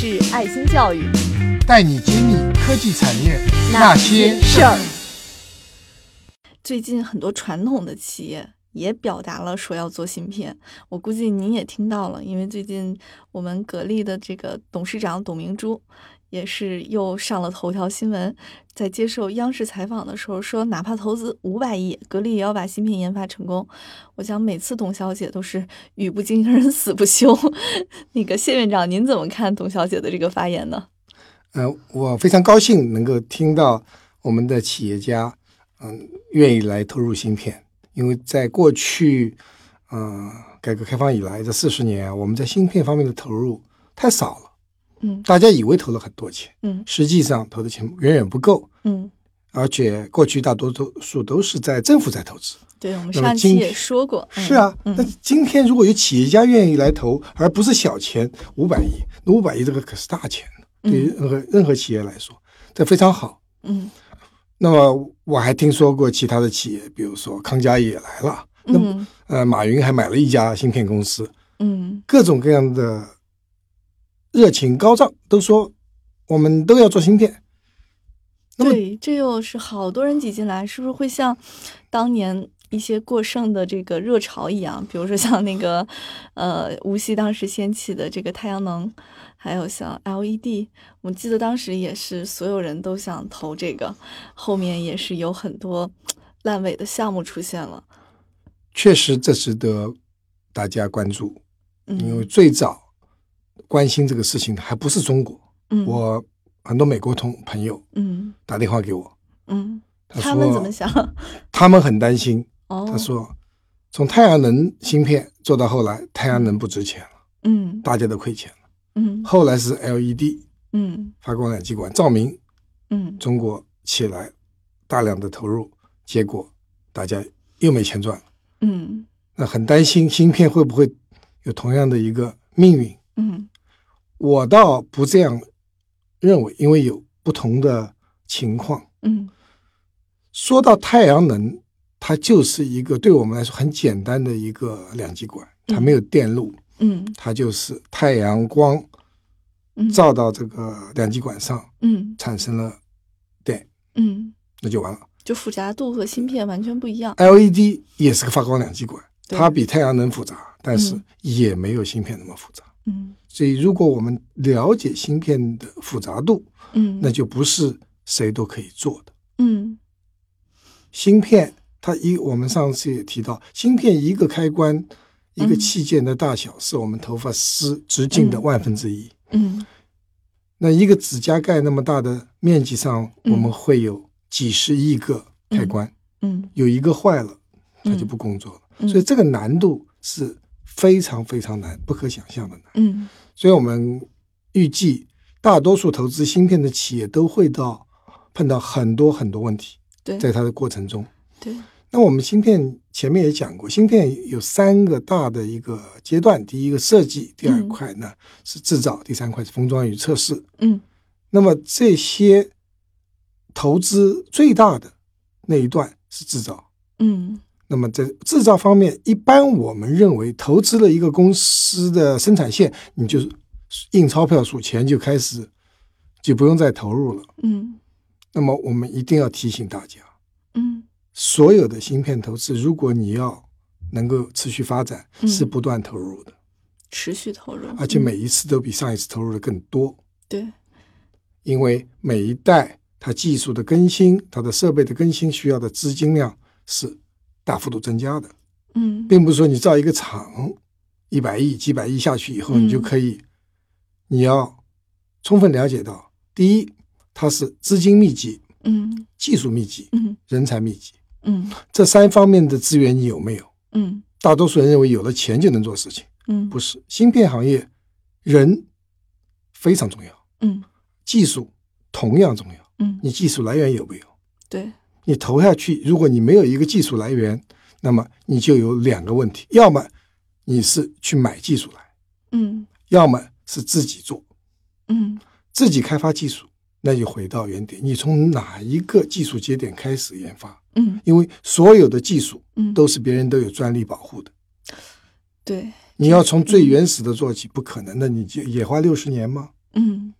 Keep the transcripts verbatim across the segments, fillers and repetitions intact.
是爱心教育， 带你经历科技产业那些事儿。 最近很多传统的企业也表达了说要做芯片，我估计您也听到了，因为最近我们格力的这个董事长董明珠也是又上了头条新闻，在接受央视采访的时候说，哪怕投资五百亿，格力也要把芯片研发成功。我想每次董小姐都是语不惊人死不休。那个谢院长，您怎么看董小姐的这个发言呢？ 呃，我非常高兴能够听到我们的企业家嗯愿意来投入芯片，因为在过去嗯、呃、改革开放以来这四十年，我们在芯片方面的投入太少了。 嗯， 大家以为投了很多钱， 嗯， 实际上投的钱远远不够， 嗯， 而且过去大多数都是在政府在投资。 对，我们上期也说过， 嗯、是啊、嗯，那今天如果有企业家愿意来投，而不是小钱五百亿，那五百亿这个可是大钱，对于任何、嗯、任何企业来说，这非常好。 嗯， 那么我还听说过其他的企业，比如说康佳也来了，那么、嗯、呃，马云还买了一家芯片公司， 嗯， 各种各样的热情高涨，都说我们都要做芯片。 对，这又是好多人挤进来，是不是会像当年一些过剩的这个热潮一样？比如说像那个呃无锡当时掀起的这个太阳能，还有像 L E D， 我记得当时也是所有人都想投这个，后面也是有很多烂尾的项目出现了。 确实这值得大家关注， 嗯、 因为最早关心这个事情的还不是中国， 嗯， 我很多美国同朋友嗯打电话给我， 嗯， 他, 他们怎么想？ 他们很担心。 哦， 他说从太阳能芯片做到后来，太阳能不值钱了， 嗯， 大家都亏钱了， 嗯， 后来是 L E D， 嗯， 发光两极管照明， 嗯， 中国起来大量的投入，结果大家又没钱赚了， 嗯， 那很担心芯片会不会有同样的一个命运。 嗯， 我倒不这样认为，因为有不同的情况。 嗯， 说到太阳能，它就是一个对我们来说很简单的一个两极管，它没有电路， 嗯， 它就是太阳光照到这个两极管上， 嗯， 产生了电， 嗯， 那就完了。 就复杂度和芯片完全不一样。 L E D 也是个发光两极管，它比太阳能复杂，但是也没有芯片那么复杂。 嗯， 所以如果我们了解芯片的复杂度， 嗯， 那就不是谁都可以做的。 嗯， 芯片它一我们上次也提到，芯片一个开关一个器件的大小是我们头发丝直径的万分之一。 嗯， 那一个指甲盖那么大的面积上，我们会有几十亿个开关。 嗯，有一个坏了，它就不工作了。嗯、所以这个难度是非常非常难，不可想象的难。 嗯， 所以我们预计大多数投资芯片的企业都会到碰到很多很多问题。 对， 在它的过程中。 对。 那我们芯片前面也讲过，芯片有三个大的一个阶段，第一个设计，第二块呢、嗯、是制造，第三块是封装与测试。 嗯。 那么这些投资最大的那一段是制造。 嗯。 那么在制造方面，一般我们认为投资了一个公司的生产线，你就印钞票数钱就开始，就不用再投入了。 嗯。 那么我们一定要提醒大家， 嗯， 所有的芯片投资，如果你要能够持续发展， 嗯、 是不断投入的， 持续投入， 而且每一次都比上一次投入的更多。 对， 因为每一代它技术的更新，它的设备的更新需要的资金量是大幅度增加的。 嗯， 并不是说你造一个厂一百亿、几百亿下去以后，你就可以、嗯，你要充分了解到，第一，它是资金密集， 嗯， 技术密集， 嗯， 人才密集， 嗯， 这三方面的资源你有没有？ 嗯， 大多数人认为有了钱就能做事情， 嗯， 不是。芯片行业人非常重要， 嗯， 技术同样重要， 嗯， 你技术来源有没有？ 对， 你投下去，如果你没有一个技术来源，那么你就有两个问题，要么你是去买技术来， 嗯， 要么是自己做， 嗯， 自己开发技术。那就回到原点，你从哪一个技术节点开始研发？ 嗯， 因为所有的技术嗯都是别人都有专利保护的。 对， 你要从最原始的做起，不可能的，你就也花六十年吗？ 嗯，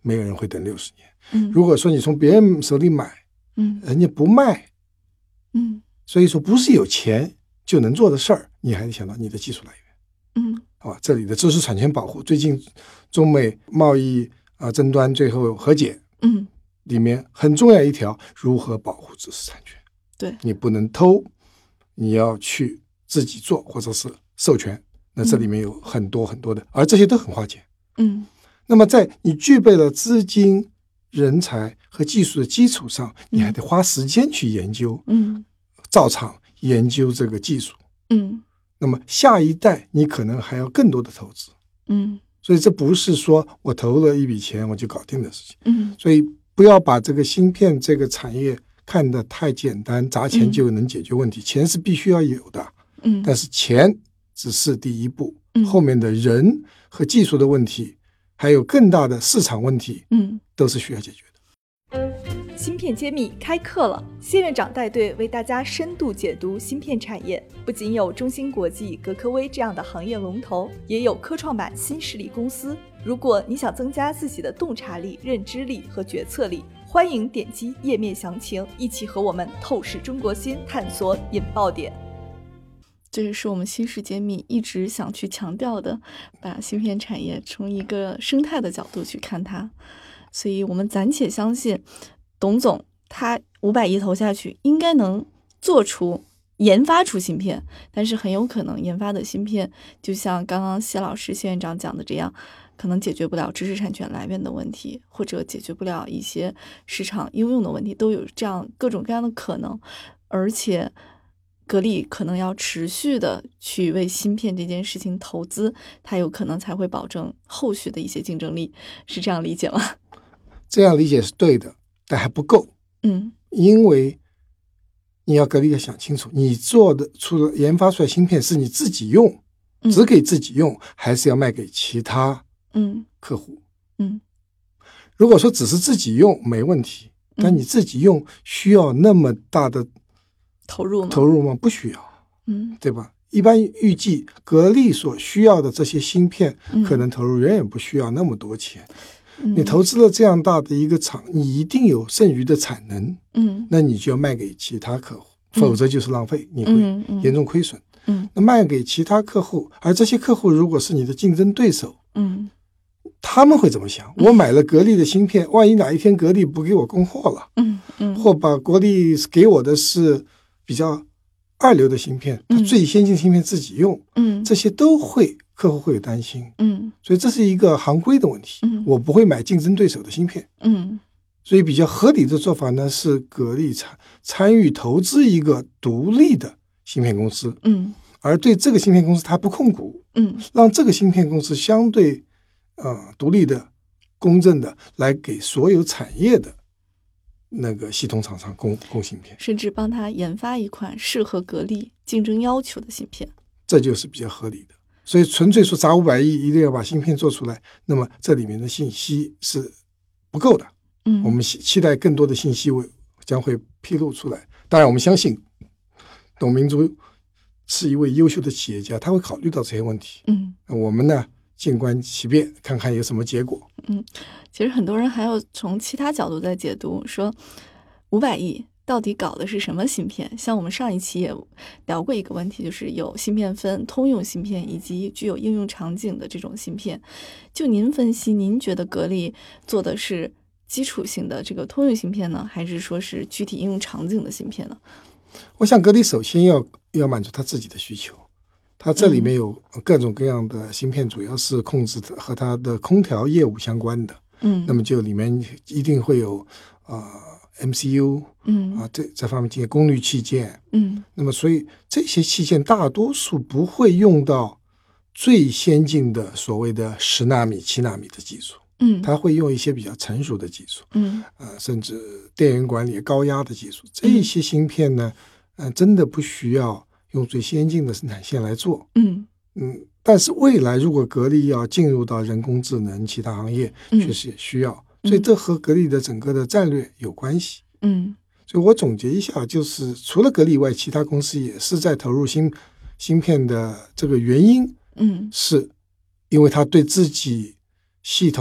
没有人会等六十年。 嗯， 如果说你从别人手里买， 嗯人家不卖， 嗯所以说不是有钱就能做的事儿，你还得想到你的技术来源。 嗯好吧，这里的知识产权保护，最近中美贸易啊、呃、争端最后和解， 嗯， 里面很重要一条，如何保护知识产权。 对， 你不能偷，你要去自己做或者是授权，那这里面有很多很多的，而这些都很花钱。 嗯那么在你具备了资金、人才和技术的基础上，你还得花时间去研究， 嗯造厂研究这个技术。 嗯那么下一代你可能还要更多的投资， 嗯所以这不是说我投了一笔钱我就搞定的事情。 嗯所以不要把这个芯片这个产业看得太简单，砸钱就能解决问题。钱是必须要有的， 嗯， 但是钱只是第一步， 嗯后面的人和技术的问题，还有更大的市场问题， 嗯， 都是需要解决的。 芯片揭秘开课了，谢院长带队为大家深度解读芯片产业。不仅有中芯国际、格科微这样的行业龙头，也有科创板新势力公司。如果你想增加自己的洞察力、认知力和决策力，欢迎点击页面详情，一起和我们透视中国芯，探索引爆点。 这也是我们新事揭秘一直想去强调的，把芯片产业从一个生态的角度去看它。所以我们暂且相信董总他五百亿投下去应该能做出研发出芯片，但是很有可能研发的芯片就像刚刚谢老师谢院长讲的这样，可能解决不了知识产权来源的问题，或者解决不了一些市场应用的问题，都有这样各种各样的可能。而且格力可能要持续的去为芯片这件事情投资，它有可能才会保证后续的一些竞争力，是这样理解吗？ 这样理解是对的，但还不够。 嗯， 因为你要格力要想清楚，你做的出了研发出来芯片是你自己用， 嗯只给自己用，还是要卖给其他嗯客户？ 嗯如果说只是自己用没问题，但你自己用需要那么大的投入吗？ 投入吗？不需要， 嗯对吧？一般预计格力所需要的这些芯片， 嗯可能投入远远不需要那么多钱。 嗯你投资了这样大的一个厂，你一定有剩余的产能， 嗯那你就要卖给其他客户， 嗯否则就是浪费，你会嗯嗯严重亏损。 嗯那卖给其他客户，而这些客户如果是你的竞争对手， 嗯他们会怎么想？我买了格力的芯片，万一哪一天格力不给我供货了， 嗯嗯或把国力给我的是比较二流的芯片，它嗯最先进芯片自己用， 嗯这些都会客户会有担心， 嗯所以这是一个行规的问题。 嗯我不会买竞争对手的芯片， 嗯所以比较合理的做法呢是格力参参与投资一个独立的芯片公司， 嗯而对这个芯片公司它不控股， 嗯让这个芯片公司相对呃独立的、公正的来给所有产业的那个系统厂商供供芯片， 甚至帮他研发一款适合格力竞争要求的芯片。 这就是比较合理的。所以纯粹说砸五百亿一定要把芯片做出来，那么这里面的信息是不够的。 嗯， 我们期期待更多的信息会将会披露出来。当然，我们相信董明珠是一位优秀的企业家，他会考虑到这些问题。 嗯我们呢，静观其变，看看有什么结果。 嗯，其实很多人还有从其他角度在解读，说五百亿到底搞的是什么芯片？像我们上一期也聊过一个问题，就是有芯片分通用芯片以及具有应用场景的这种芯片。就您分析，您觉得格力做的是基础性的这个通用芯片呢，还是说是具体应用场景的芯片呢？ 我想格力首先要要满足他自己的需求，它这里面有各种各样的芯片，主要是控制的和它的空调业务相关的。 嗯， 那么就里面一定会有啊、呃、M C U， 嗯啊这这方面进行功率器件。 嗯那么所以这些器件大多数不会用到最先进的所谓的十纳米、七纳米的技术， 嗯， 它会用一些比较成熟的技术， 嗯呃，甚至电源管理、高压的技术。这些芯片呢，嗯、呃，真的不需要用最先进的生产线来做。 嗯嗯，但是未来如果格力要进入到人工智能其他行业， 嗯确实也需要，所以这和格力的整个的战略有关系。 嗯所以我总结一下，就是除了格力以外，其他公司也是在投入芯芯片的这个原因， 嗯是因为他对自己系统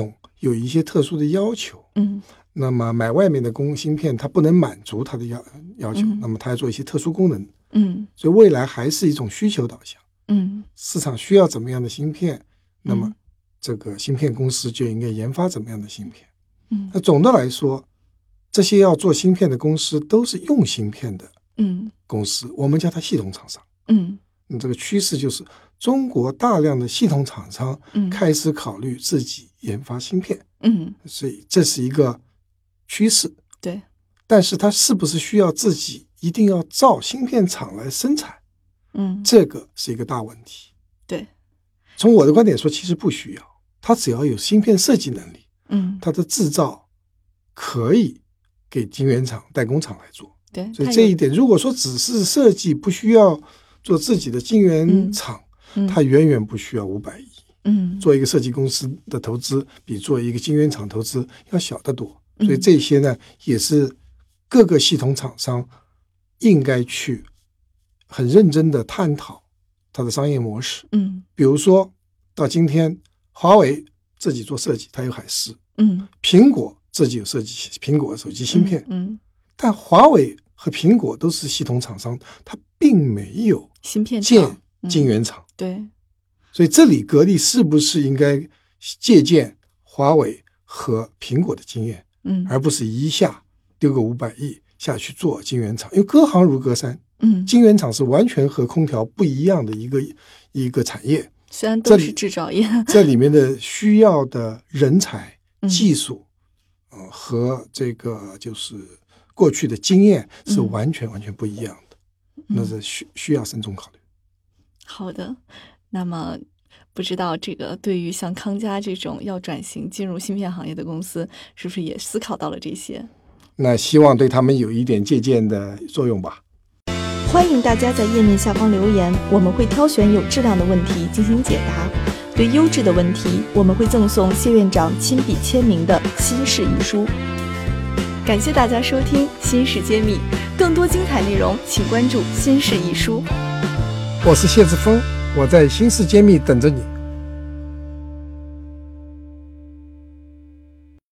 有一些特殊的要求， 嗯， 那么买外面的工芯片它不能满足它的要要求， 嗯那么它要做一些特殊功能， 嗯所以未来还是一种需求导向， 嗯市场需要怎么样的芯片，那么嗯这个芯片公司就应该研发怎么样的芯片。 嗯那总的来说，这些要做芯片的公司都是用芯片的嗯公司，我们叫它系统厂商。 嗯那这个趋势就是中国大量的系统厂商嗯开始考虑自己研发芯片， 嗯， 所以这是一个趋势。 对， 但是它是不是需要自己一定要造芯片厂来生产， 嗯这个是一个大问题。 对， 从我的观点说，其实不需要，它只要有芯片设计能力， 嗯它的制造可以给晶圆厂、代工厂来做。 对， 所以它有这一点，如果说只是设计，不需要做自己的晶圆厂， 嗯它远远不需要五百亿。 嗯做一个设计公司的投资，比做一个晶圆厂投资要小得多。 嗯所以这些呢，也是各个系统厂商应该去很认真的探讨它的商业模式。 嗯比如说到今天，华为自己做设计，它有海思； 嗯苹果自己有设计苹果手机芯片， 嗯， 但华为和苹果都是系统厂商，它并没有芯片建厂晶圆厂。 对， 所以这里格力是不是应该借鉴华为和苹果的经验， 嗯而不是一下丢个五百亿下去做晶圆厂？因为隔行如隔山， 嗯， 晶圆厂是完全和空调不一样的一个一个产业， 虽然都是制造业， 这里面的需要的人才、 嗯技术，呃，和这个就是过去的经验是完全完全不一样的，那是需需要慎重考虑。 好的，那么不知道这个对于像康佳这种要转型进入芯片行业的公司，是不是也思考到了这些？ 那希望对他们有一点借鉴的作用吧。 欢迎大家在页面下方留言，我们会挑选有质量的问题进行解答。对优质的问题，我们会赠送谢院长亲笔签名的新式遗书。感谢大家收听《新事揭秘》，更多精彩内容请关注《新事遗书》。 我是谢志峰，我在新事揭秘等着你。